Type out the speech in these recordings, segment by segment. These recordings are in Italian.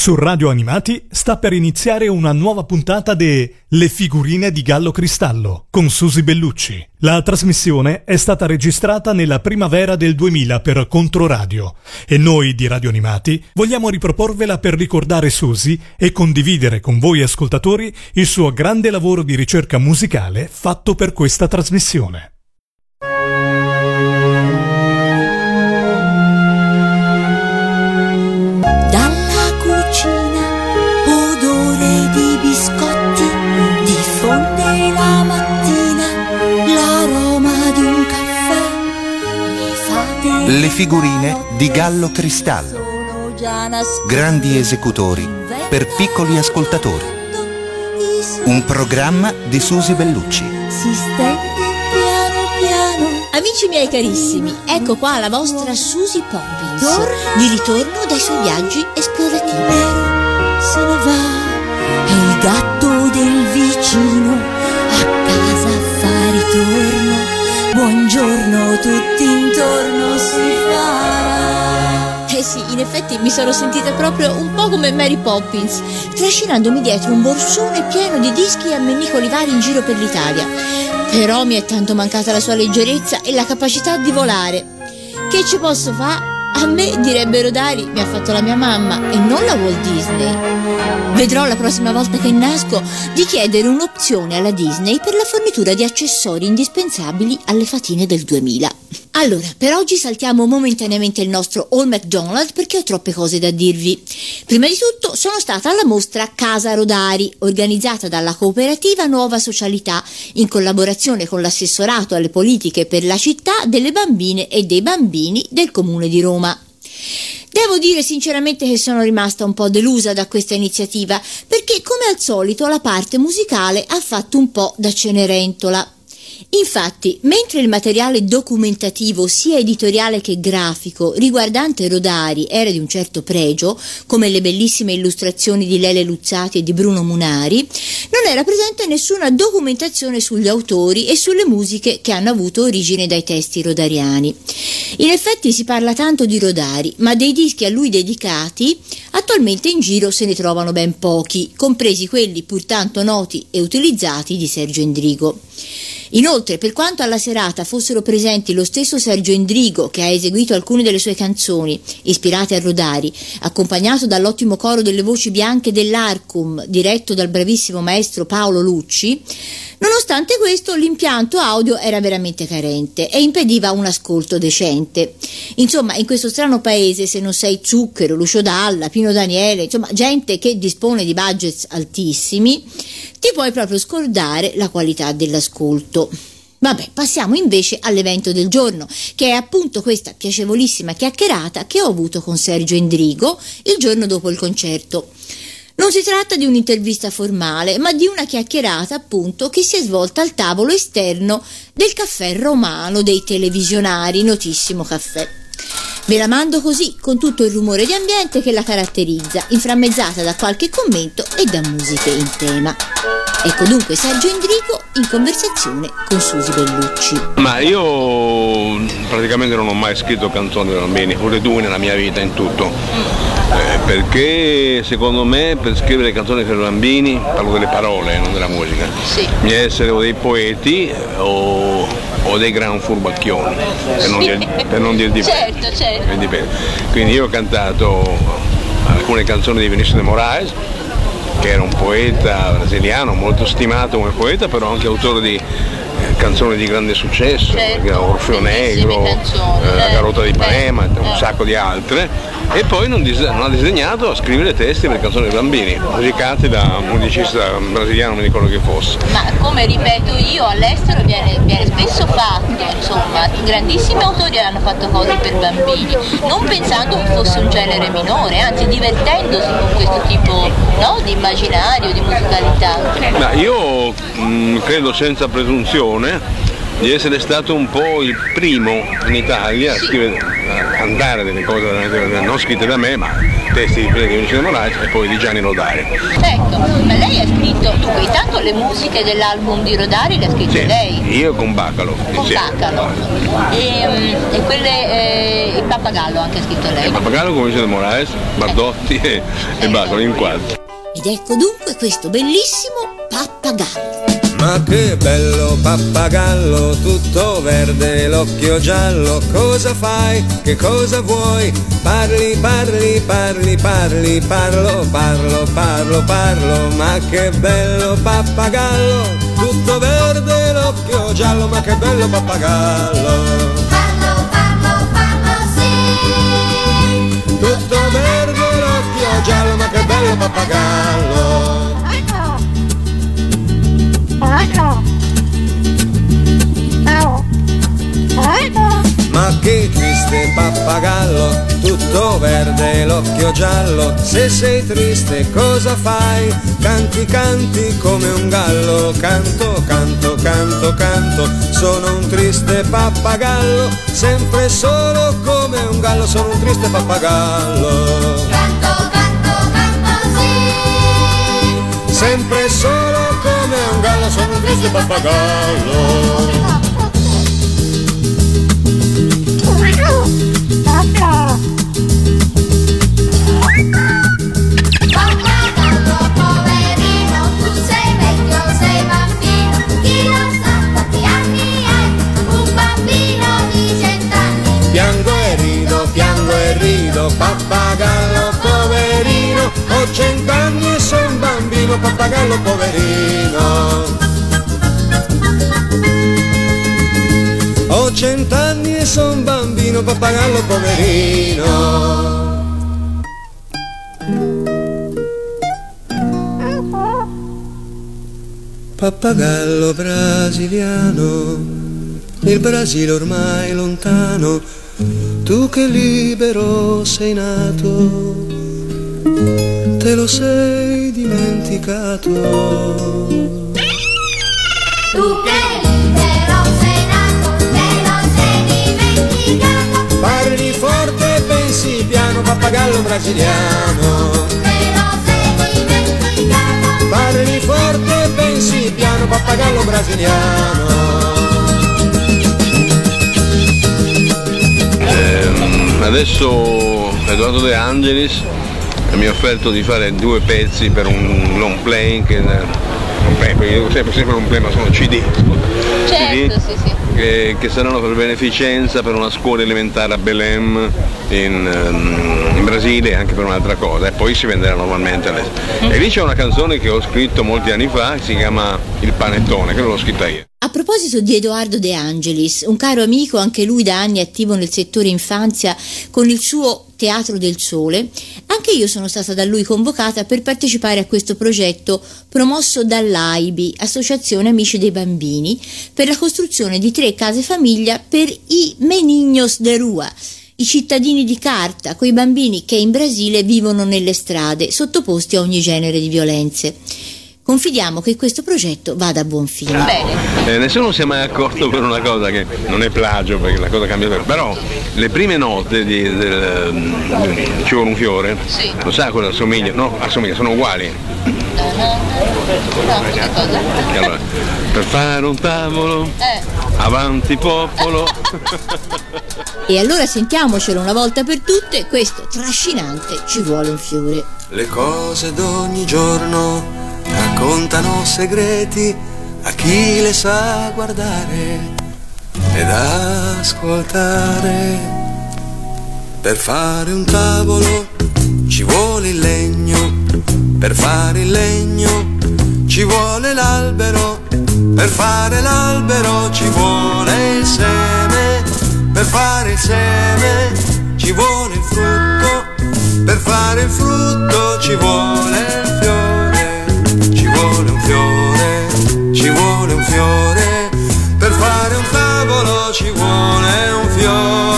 Su Radio Animati sta per iniziare una nuova puntata de Le figurine di Gallo Cristallo con Susi Bellucci. La trasmissione è stata registrata nella primavera del 2000 per Controradio e noi di Radio Animati vogliamo riproporvela per ricordare Susi e condividere con voi ascoltatori il suo grande lavoro di ricerca musicale fatto per questa trasmissione. Odore di biscotti diffonde la mattina l'aroma di un caffè. Le figurine di Gallo Cristallo. Grandi esecutori per piccoli ascoltatori. Un programma di Susi Bellucci. Si stende piano piano. Amici miei carissimi, ecco qua la vostra Susie Poppins, di ritorno dai suoi viaggi esplorativi. Se ne va e il gatto del vicino a casa fa ritorno. Buongiorno, tutti intorno si farà. Eh sì, in effetti mi sono sentita proprio un po' come Mary Poppins, trascinandomi dietro un borsone pieno di dischi e ammennicoli vari in giro per l'Italia. Però mi è tanto mancata la sua leggerezza e la capacità di volare. Che ci posso fare? A me, direbbero Dari, mi ha fatto la mia mamma e non la Walt Disney. Vedrò la prossima volta che nasco di chiedere un'opzione alla Disney per la fornitura di accessori indispensabili alle fatine del 2000. Allora, per oggi saltiamo momentaneamente il nostro All McDonald perché ho troppe cose da dirvi. Prima di tutto sono stata alla mostra Casa Rodari, organizzata dalla cooperativa Nuova Socialità in collaborazione con l'assessorato alle politiche per la città delle bambine e dei bambini del Comune di Roma. Devo dire sinceramente che sono rimasta un po' delusa da questa iniziativa perché, come al solito, la parte musicale ha fatto un po' da Cenerentola. Infatti, mentre il materiale documentativo, sia editoriale che grafico, riguardante Rodari era di un certo pregio, come le bellissime illustrazioni di Lele Luzzati e di Bruno Munari, non era presente nessuna documentazione sugli autori e sulle musiche che hanno avuto origine dai testi rodariani. In effetti si parla tanto di Rodari, ma dei dischi a lui dedicati attualmente in giro se ne trovano ben pochi, compresi quelli pur tanto noti e utilizzati di Sergio Endrigo. Inoltre, per quanto alla serata fossero presenti lo stesso Sergio Endrigo, che ha eseguito alcune delle sue canzoni ispirate a Rodari, accompagnato dall'ottimo coro delle voci bianche dell'Arcum, diretto dal bravissimo maestro Paolo Lucci, nonostante questo l'impianto audio era veramente carente e impediva un ascolto decente. Insomma, in questo strano paese, se non sei Zucchero, Lucio Dalla, Pino Daniele, insomma gente che dispone di budget altissimi, ti puoi proprio scordare la qualità dell'ascolto. Vabbè, passiamo invece all'evento del giorno, che è appunto questa piacevolissima chiacchierata che ho avuto con Sergio Endrigo il giorno dopo il concerto. Non si tratta di un'intervista formale, ma di una chiacchierata appunto che si è svolta al tavolo esterno del caffè romano dei televisionari, notissimo caffè. Ve la mando così, con tutto il rumore di ambiente che la caratterizza, inframmezzata da qualche commento e da musiche in tema. Ecco dunque Sergio Endrigo in conversazione con Susi Bellucci. Ma io praticamente non ho mai scritto canzoni per bambini, o le due nella mia vita in tutto. Perché secondo me per scrivere canzoni per bambini, parlo delle parole, non della musica, sì, bisogna essere o dei poeti o dei gran furbacchioni, per non dir di più. Certo. Quindi io ho cantato alcune canzoni di Vinicius de Moraes, che era un poeta brasiliano molto stimato come poeta, però anche autore di canzoni di grande successo, Orfeo Negro, La Garota di Ipanema, un sacco di altre, e poi non ha disegnato a scrivere testi per canzoni per bambini, musicati da un musicista brasiliano, non mi ricordo che fosse. Ma come ripeto io, all'estero viene spesso fatto, insomma, grandissimi autori hanno fatto cose per bambini, non pensando che fosse un genere minore, anzi divertendosi con questo tipo, no, di immaginario, di musicalità. Ma io credo senza presunzione di essere stato un po' il primo in Italia a cantare delle cose non scritte da me, ma testi di Vincenzo de Moraes e poi di Gianni Rodari. Ecco, ma lei ha scritto, dunque, intanto le musiche dell'album di Rodari le ha scritte lei? Io con Baccalo. Con Baccalo. E quelle, il Pappagallo anche ha scritto lei? Il Pappagallo con Vincenzo de Moraes, Bardotti e Baccalo in quattro. Ed ecco dunque questo bellissimo Pappagallo. Ma che bello pappagallo, tutto verde, l'occhio giallo, cosa fai, che cosa vuoi? Parli, parli, parli, parli, parlo, parlo, parlo, parlo, ma che bello pappagallo, tutto verde, l'occhio giallo, ma che bello pappagallo. Parlo, parlo, parlo, sì. Tutto verde, l'occhio giallo, ma che bello pappagallo. Ma che triste pappagallo, tutto verde, l'occhio giallo, se sei triste cosa fai? Canti, canti come un gallo, canto, canto, canto, canto, sono un triste pappagallo, sempre solo come un gallo, sono un triste pappagallo. Canto, canto, canto, sì. Sempre solo come un gallo, sono un triste pappagallo. Pappagallo poverino, tu sei vecchio, sei bambino, chi lo sa quanti anni hai, un bambino di 100 anni. Piango e rido, pappagallo poverino, ho 100 anni e son bambino, pappagallo poverino. Ho 100 anni e son bambino, pappagallo poverino. Pappagallo brasiliano, il Brasile ormai lontano, tu che libero sei nato, te lo sei dimenticato. Tu che libero sei nato, te lo sei dimenticato. Parli forte e pensi piano, pappagallo brasiliano. Te lo sei dimenticato. Parli forte e pensi piano, pappagallo brasiliano. Adesso Edoardo De Angelis mi ha offerto di fare 2 pezzi per un long play, sempre un play, ma sono CD. Certo, sì. Che saranno per beneficenza per una scuola elementare a Belém in Brasile e anche per un'altra cosa, e poi si venderà normalmente all'estero. E lì c'è una canzone che ho scritto molti anni fa, che si chiama Il Panettone, che non l'ho scritta io. A proposito di Edoardo De Angelis, un caro amico, anche lui da anni attivo nel settore infanzia con il suo Teatro del Sole, anche io sono stata da lui convocata per partecipare a questo progetto promosso dall'AIBI, Associazione Amici dei Bambini, per la costruzione di 3 case famiglia per i Meninos de Rua, i cittadini di carta, quei bambini che in Brasile vivono nelle strade, sottoposti a ogni genere di violenze. Confidiamo che questo progetto vada a buon fine. Bene. Nessuno si è mai accorto per una cosa che non è plagio, perché la cosa cambia, però le prime note Ci vuole un fiore, sì. Lo sa cosa assomiglia? No, assomiglia, sono uguali. No, che cosa? Allora, per fare un tavolo, avanti popolo. E allora sentiamocelo una volta per tutte, questo trascinante Ci vuole un fiore. Le cose d'ogni giorno raccontano segreti a chi le sa guardare ed ascoltare. Per fare un tavolo ci vuole il legno, per fare il legno ci vuole l'albero, per fare l'albero ci vuole il seme, per fare il seme ci vuole il frutto, per fare il frutto ci vuole il fiore, ci vuole un fiore, ci vuole un fiore, per fare un tavolo ci vuole un fiore.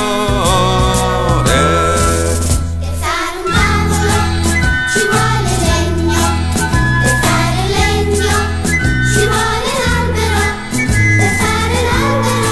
Per fare il legno ci vuole l'albero, per fare l'albero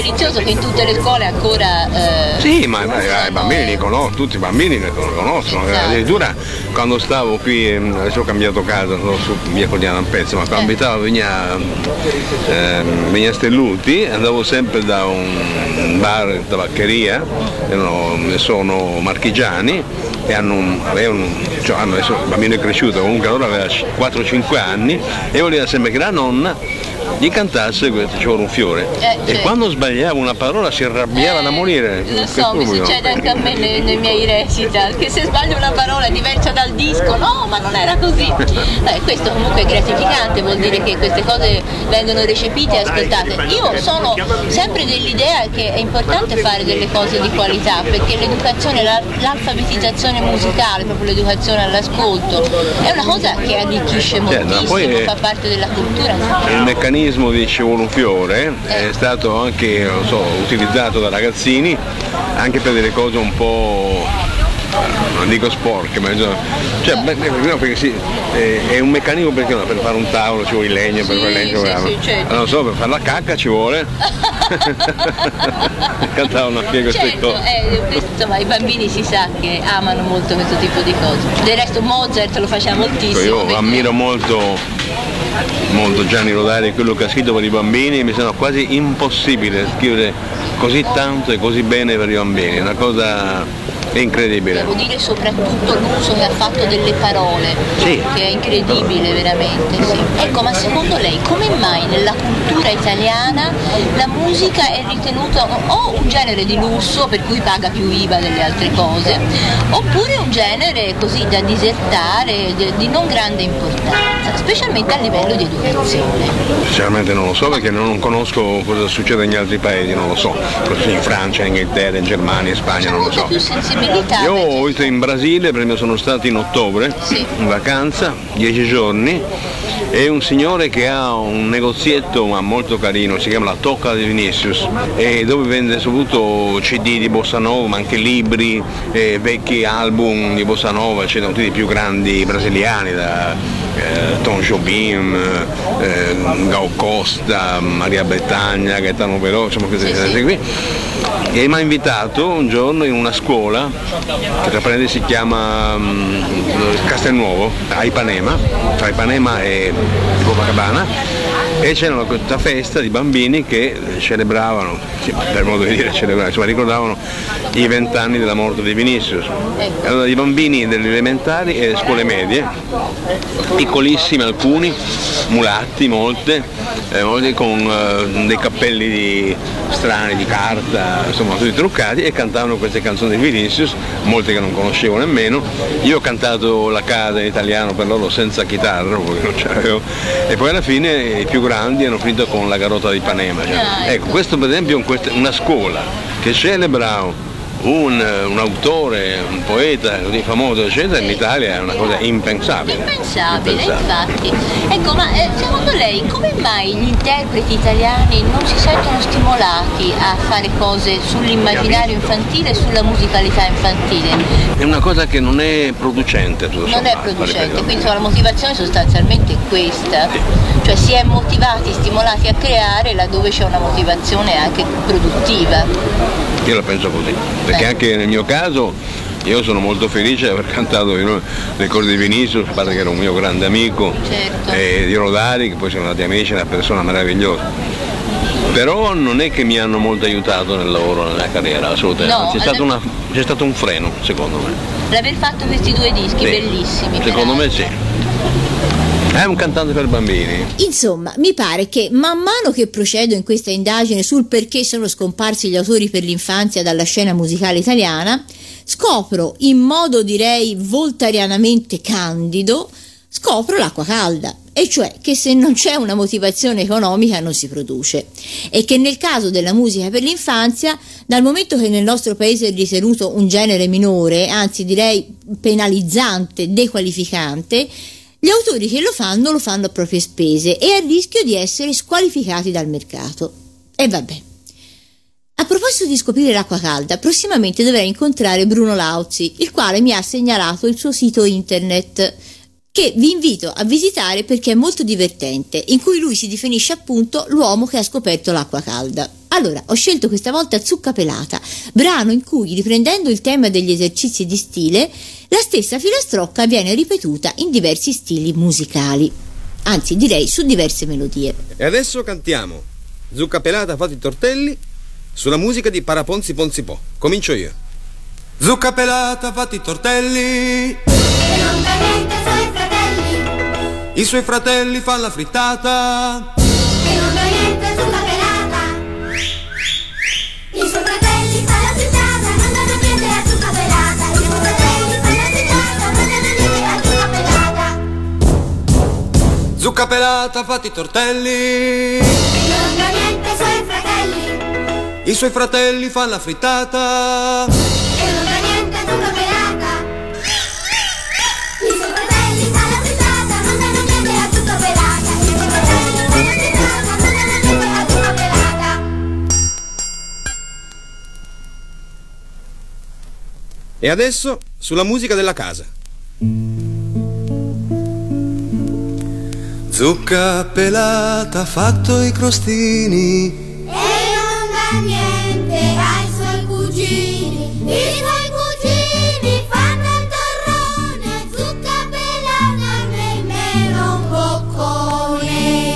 delizioso che in tutte le scuole ancora... Sì, ma i bambini li conoscono, tutti i bambini li conoscono. Esatto. Addirittura quando stavo qui, adesso ho cambiato casa, sono su via Cordiana Ampezzo, ma quando abitavo a Vigna Stelluti andavo sempre da un bar, tabaccheria, sono marchigiani e avevano adesso il bambino è cresciuto, comunque allora aveva 4-5 anni e voleva sempre che la nonna gli cantasse questo Ci vuole un fiore, certo. E quando sbagliava una parola si arrabbiava da morire. Lo so, mi succede anche a me nei miei recital, che se sbaglio una parola diversa dal disco, no, ma non era così. Questo comunque è gratificante, vuol dire che queste cose vengono recepite e ascoltate. Io sono sempre dell'idea che è importante fare delle cose di qualità, perché l'educazione, l'alfabetizzazione musicale, proprio l'educazione all'ascolto, è una cosa che arricchisce moltissimo, fa parte della cultura. Il meccanismo di Ci vuole un fiore è stato anche, utilizzato da ragazzini anche per delle cose un po', non dico sporche, ma perché sì, è un meccanismo, perché no, per fare un tavolo ci vuole il legno, per quel legno certo. Non so, per fare la cacca ci vuole. Cantavano anche queste cose. Insomma, i bambini si sa che amano molto questo tipo di cose. Del resto Mozart lo faceva moltissimo. Io ammiro molto Gianni Rodari, quello che ha scritto per i bambini, mi sembra quasi impossibile scrivere così tanto e così bene per i bambini, è una cosa incredibile. Devo dire soprattutto l'uso che ha fatto delle parole, sì, che è incredibile veramente, sì. Ecco, ma secondo lei come mai nella cultura italiana la musica è ritenuta o un genere di lusso per cui paga più IVA delle altre cose, oppure un genere così da disertare, di non grande importanza, specialmente a livello di educazione? Sinceramente non lo so, perché non conosco cosa succede negli altri paesi, non lo so, in Francia, in Inghilterra, in Germania, in Spagna, non lo so. Più sensibilità. Io ho visto in Brasile, perché sono stato in ottobre, sì, in vacanza, 10 giorni, e un signore che ha un negozietto ma molto carino, si chiama La Tocca di Vinicius, e dove vende soprattutto CD di Bossa Nova, ma anche libri, vecchi album di Bossa Nova, c'erano tutti i più grandi brasiliani, da Tom Jobim, Gal Costa, Maria Bretagna, Gaetano Veloce, insomma queste cose qui. E mi ha invitato un giorno in una scuola che tra parentesi si chiama Castelnuovo, a Ipanema, tra Ipanema e Copacabana, e c'era questa festa di bambini che celebravano, per modo di dire ricordavano i 20 anni della morte di Vinicius. Allora i bambini delle elementari e scuole medie, piccolissimi alcuni, mulatti molti con dei cappelli strani di carta, insomma tutti truccati, e cantavano queste canzoni di Vinicius, molte che non conoscevo nemmeno. Io ho cantato la casa in italiano per loro senza chitarra, perché non c'avevo, e poi alla fine i più grandi hanno finito con La Garota di Ipanema. Ecco, questo per esempio è una scuola che celebra un autore, un poeta così famoso, eccetera, in Italia è una cosa impensabile. Impensabile, infatti. Ecco, ma secondo lei come mai gli interpreti italiani non si sentono stimolati a fare cose sull'immaginario infantile e sulla musicalità infantile? È una cosa che non è producente, tutto non è producente, quindi la motivazione sostanzialmente è questa. Sì. Cioè si è motivati, stimolati a creare laddove c'è una motivazione anche produttiva. Io la penso così, perché anche nel mio caso io sono molto felice di aver cantato le cose di Vinicius, a parte che era un mio grande amico, certo, e di Rodari, che poi siamo andati amici, è una persona meravigliosa. Però non è che mi hanno molto aiutato nel lavoro, nella carriera, assolutamente. No, c'è stato un freno, secondo me. L'aver fatto questi 2 dischi bellissimi. Secondo me sì. È un cantante per bambini. Insomma, mi pare che man mano che procedo in questa indagine sul perché sono scomparsi gli autori per l'infanzia dalla scena musicale italiana, scopro in modo direi voltarianamente candido, scopro l'acqua calda. E cioè che se non c'è una motivazione economica non si produce, e che nel caso della musica per l'infanzia, dal momento che nel nostro paese è ritenuto un genere minore, anzi direi penalizzante, dequalificante, gli autori che lo fanno a proprie spese e a rischio di essere squalificati dal mercato. E vabbè. A proposito di scoprire l'acqua calda, prossimamente dovrei incontrare Bruno Lauzi, il quale mi ha segnalato il suo sito internet che vi invito a visitare perché è molto divertente, in cui lui si definisce appunto l'uomo che ha scoperto l'acqua calda. Allora, ho scelto questa volta Zucca Pelata, brano in cui, riprendendo il tema degli esercizi di stile, la stessa filastrocca viene ripetuta in diversi stili musicali, anzi direi su diverse melodie. E adesso cantiamo Zucca Pelata fatti i tortelli sulla musica di Paraponzi Ponzi Po. Comincio io. Zucca Pelata fatti i tortelli E non dà niente ai suoi fratelli, i suoi fratelli fanno la frittata. e non dà niente a Zucca Pelata. I suoi fratelli fanno la frittata, non danno niente a Zucca Pelata. I suoi fratelli fanno la frittata, non danno niente a Zucca Pelata. Zucca Pelata fatti i tortelli, E non dà niente ai suoi fratelli, i suoi fratelli fanno la frittata. e non dà niente a Zucca Pelata. I suoi fratelli fanno la frittata, non danno niente a Zucca Pelata. I suoi fratelli fanno la frittata, non danno niente a Zucca Pelata. E adesso sulla musica della casa. Zucca Pelata ha fatto i crostini, E non dà niente ai suoi cugini. I suoi cugini fanno il torrone. Zucca Pelata nemmeno un boccone.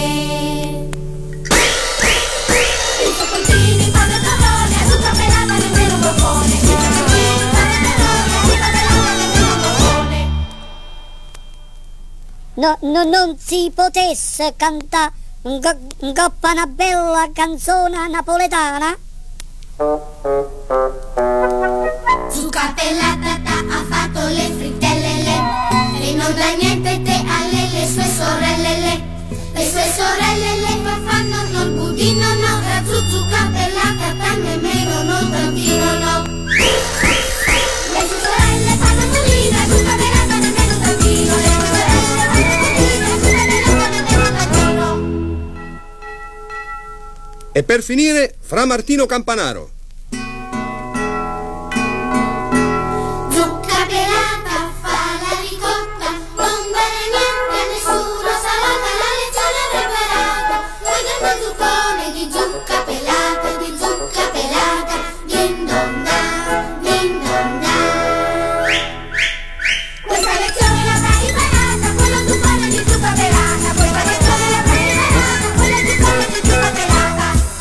I suoi cugini fanno il torrone. Zucca Pelata nemmeno un boccone. I suoi cugini fanno il torrone. Zucca Pelata nemmeno un boccone. No, non si potesse cantare una bella canzone napoletana? Zucca Pelata ha fatto le frittelle e non dà niente te alle le sue sorelle. Le sue sorelle le fanno il budino no, la Zucca Pelata nemmeno non tantino no. Le sue sorelle fanno il budino, Zucca Pelata nemmeno tantino. Le sue sorelle fanno il budino, Zucca Pelata nemmeno tantino. e per finire Fra Martino Campanaro. Zucca Pelata fa la ricotta, non bene niente a nessuno, salata la lezione preparata. Poi del zuccone di Zucca Pelata, di Zucca Pelata, din don da, din don da. Questa lezione l'avrà imparata, quello zuccone di Zucca Pelata. Questa lezione l'avrà imparata, quello zuccone di Zucca Pelata.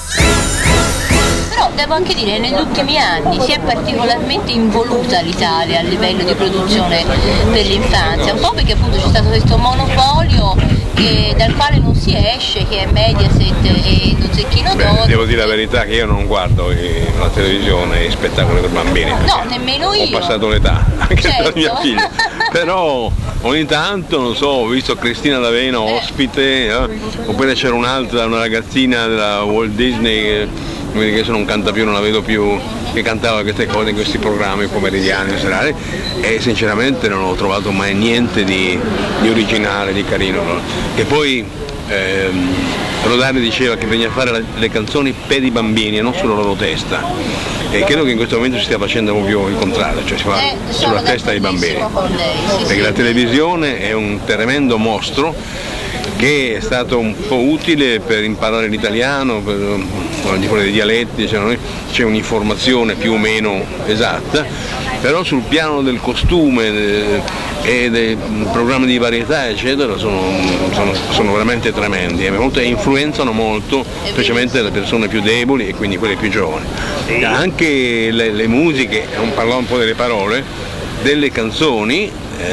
Però devo anche dire, negli ultimi anni si è particolarmente involuta l'Italia a livello di produzione per l'infanzia, un po' perché appunto c'è stato questo monopolio dal quale non si esce, che è Mediaset e lo Zecchino d'Oro. Devo dire la verità che io non guardo la televisione e spettacoli per bambini. No, nemmeno io. Ho passato l'età, anche Certo. per mia figlia. Però ogni tanto, non so, ho visto Cristina D'Avena ospite, oppure c'era un'altra, una ragazzina della Walt Disney, che adesso non canta più, non la vedo più, che cantava queste cose in questi programmi pomeridiani, serali, e sinceramente non ho trovato mai niente di originale, di carino. No? Che poi Rodari diceva che bisogna fare le canzoni per i bambini e non sulla loro testa, e credo che in questo momento si stia facendo proprio il contrario, cioè si fa sulla testa dei bambini, perché la televisione è un tremendo mostro che è stato un po' utile per imparare l'italiano, al di fuori dei dialetti, c'è un'informazione più o meno esatta, però sul piano del costume e dei programmi di varietà eccetera sono veramente tremendi e influenzano molto specialmente le persone più deboli e quindi quelle più giovani. Anche le musiche, non parlavo un po' delle parole, delle canzoni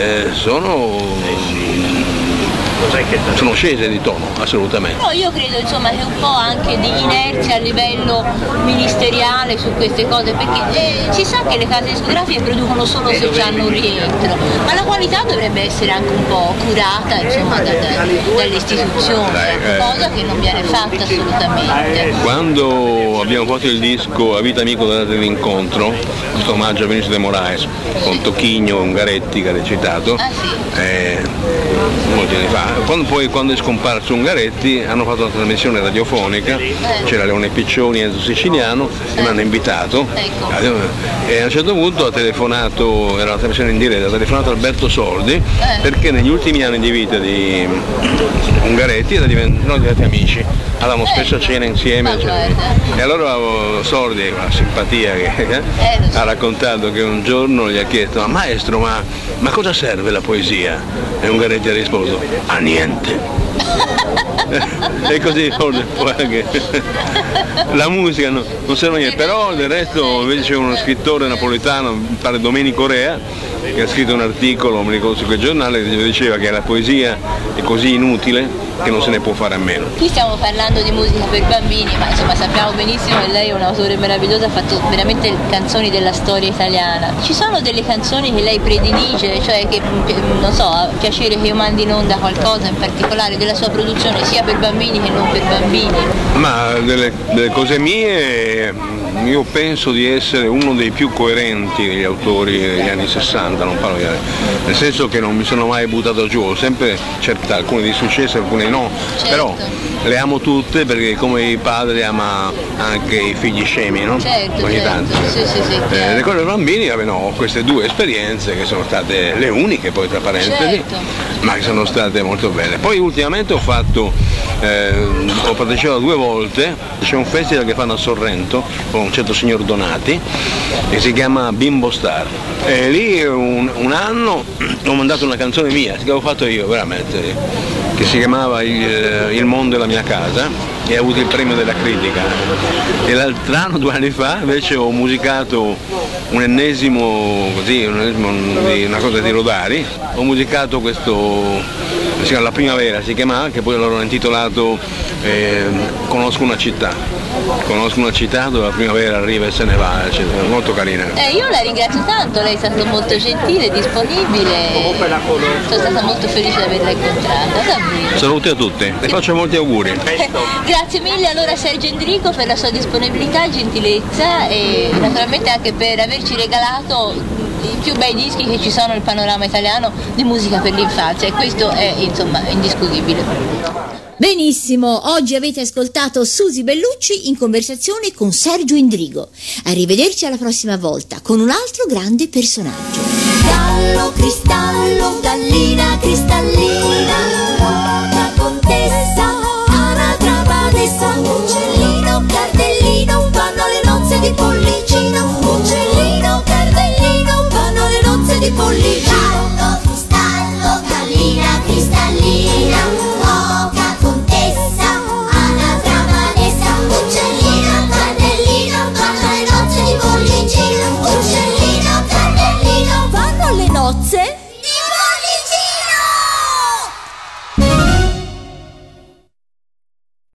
sono scese di tono, assolutamente. No, io credo insomma che un po' anche di inerzia a livello ministeriale su queste cose, perché si sa che le case discografiche producono solo se hanno un rientro, ma la qualità dovrebbe essere anche un po' curata insomma dalle istituzioni, cosa che non viene fatta assolutamente. Quando abbiamo fatto il disco A Vita Amico della dell'incontro, questo omaggio a Vinicius de Moraes, con Tocchigno, Ungaretti che ha recitato, molti anni fa, quando è scomparso Ungaretti hanno fatto una trasmissione radiofonica, c'era Leone Piccioni e Enzo Siciliano e mi hanno invitato, e a un certo punto ha telefonato, era una trasmissione in diretta, ha telefonato Alberto Sordi perché negli ultimi anni di vita di Ungaretti erano diventati amici, andavamo spesso a cena insieme, e allora Sordi, con la simpatia che ha raccontato che un giorno gli ha chiesto: ma maestro, ma cosa serve la poesia? E Ungaretti ha risposto: a niente. E così anche la musica non serve a niente, però del resto invece c'è uno scrittore napoletano, mi pare Domenico Rea, che ha scritto un articolo, non mi ricordo su quel giornale, che diceva che la poesia è così inutile che non se ne può fare a meno. Qui stiamo parlando di musica per bambini, ma insomma sappiamo benissimo che lei è un autore meraviglioso, ha fatto veramente canzoni della storia italiana. Ci sono delle canzoni che lei predilige, cioè che non so, ha piacere che io mandi in onda qualcosa in particolare della sua produzione, sia per bambini che non per bambini? Ma delle cose mie, io penso di essere uno dei più coerenti degli autori degli anni 60, non parlo nel senso che non mi sono mai buttato giù, ho sempre cercato alcune di successo, alcune no, però le amo tutte perché come i padri ama anche i figli scemi, no? Ogni tanto. Le cose per bambini, ho queste due esperienze che sono state le uniche, poi tra parentesi, ma che sono state molto belle. Poi ultimamente ho partecipato 2 volte, c'è un festival che fanno a Sorrento con un certo signor Donati che si chiama Bimbo Star, e lì un anno ho mandato una canzone mia che avevo fatto io veramente, che si chiamava Il mondo è la mia casa, e ha avuto il premio della critica. E l'altro anno, 2 anni fa, invece ho musicato una cosa di Rodari, ho musicato questo, si chiama La primavera, si chiamava, che poi l'ho intitolato Conosco una città dove la primavera arriva e se ne va, eccetera. Molto carina. Io la ringrazio tanto, lei è stato molto gentile, disponibile, sono stata molto felice di averla incontrata, davvero. Saluti a tutti, le faccio molti auguri. Grazie mille allora Sergio Endrico per la sua disponibilità e gentilezza, e naturalmente anche per averci regalato i più bei dischi che ci sono nel panorama italiano di musica per l'infanzia, e questo è insomma indiscutibile. Benissimo, oggi avete ascoltato Susi Bellucci in conversazione con Sergio Endrigo. Arrivederci alla prossima volta con un altro grande personaggio. Gallo, cristallo, gallina cristallina, una contessa, anatra badessa, uccellino, cardellino, vanno le nozze di Pollicino, uccellino, cardellino, vanno le nozze di Pollicino.